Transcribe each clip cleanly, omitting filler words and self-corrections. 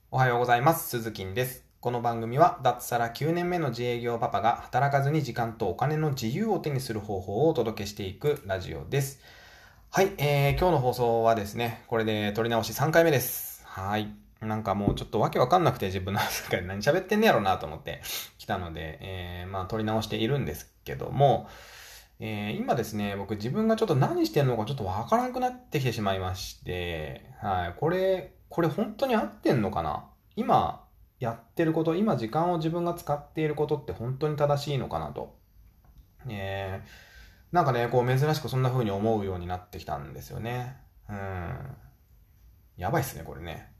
おはようございます。鈴木です。この番組は脱サラ9年目の自営業パパが働かずに時間とお金の自由を手にする方法をお届けしていくラジオです。はい、今日の放送はですね、これで撮り直し3回目です。はい。なんかもうちょっとわけわかんなくて自分の中で何喋ってんねやろうなと思って来たので、撮り直しているんですけども、今ですね、僕自分がちょっと何してんのかちょっとわからなくなってきてしまいまして、はい、これ本当に合ってんのかな。今やってること、今時間を自分が使っていることって本当に正しいのかなと。えなんかね、こう珍しくそんな風に思うようになってきたんですよね。うん。やばいっすね、これね。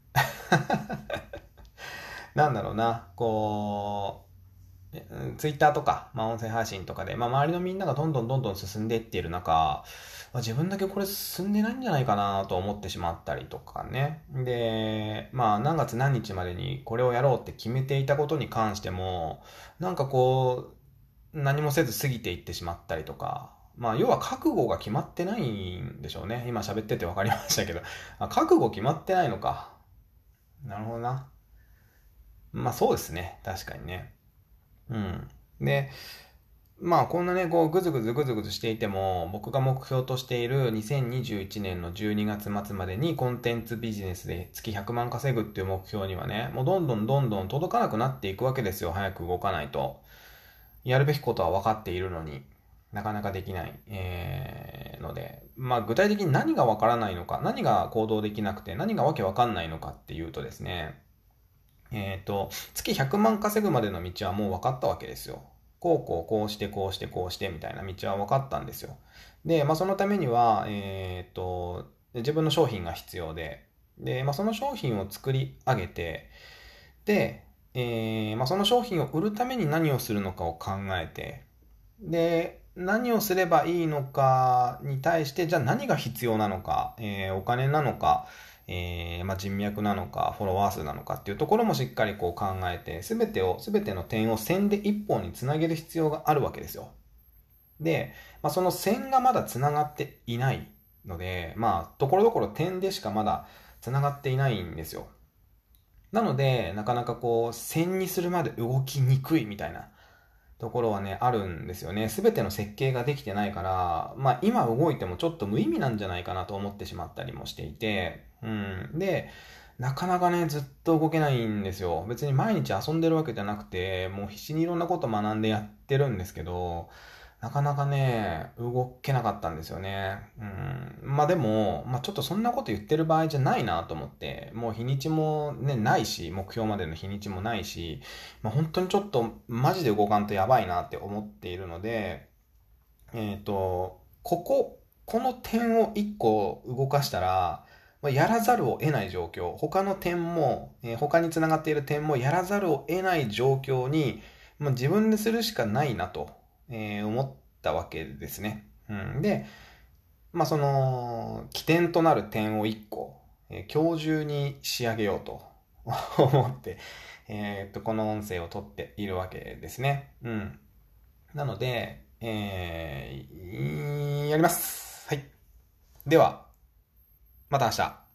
なんだろうな、こう、ツイッターとか、音声配信とかで、周りのみんながどんどん進んでいっている中、自分だけこれ進んでないんじゃないかなと思ってしまったりとかね。で、何月何日までにこれをやろうって決めていたことに関しても、なんかこ何もせず過ぎていってしまったりとか、要は覚悟が決まってないんでしょうね。今喋ってて分かりましたけど。覚悟決まってないのか。なるほどな。そうですね。確かにね。うん。で、こんなね、こう、ぐずぐずしていても、僕が目標としている2021年の12月末までにコンテンツビジネスで月100万稼ぐっていう目標にはね、もうどんどん届かなくなっていくわけですよ。早く動かないと。やるべきことは分かっているのになかなかできない、ので、具体的に何が分からないのか、何が行動できなくて、何がわけ分かんないのかっていうとですね、月100万稼ぐまでの道はもう分かったわけですよ。こうしてみたいな道は分かったんですよ。で、そのためには、自分の商品が必要で、その商品を作り上げて、で、その商品を売るために何をするのかを考えて、で、何をすればいいのかに対して、じゃあ何が必要なのか、お金なのか、人脈なのか、フォロワー数なのかっていうところもしっかりこう考えて、すべての点を線で一本につなげる必要があるわけですよ。で、その線がまだつながっていないので、ところどころ点でしかまだつながっていないんですよ。なので、なかなかこう、線にするまで動きにくいみたいなところはね、あるんですよね。すべての設計ができてないから、今動いてもちょっと無意味なんじゃないかなと思ってしまったりもしていて、うん。で、なかなかね、ずっと動けないんですよ。別に毎日遊んでるわけじゃなくて、もう必死にいろんなこと学んでやってるんですけど、なかなかね、動けなかったんですよね。うん。でも、ちょっとそんなこと言ってる場合じゃないなと思って、もう日にちもね、ないし、目標までの日にちもないし、本当にちょっとマジで動かんとやばいなって思っているので、この点を1個動かしたら、やらざるを得ない状況、他の点も、他につながっている点もやらざるを得ない状況に、自分でするしかないなと、思ったわけですね。うん、で、その、起点となる点を1個、今日中に仕上げようと思って、この音声を撮っているわけですね。うん。なので、やります。はい。では、また明日。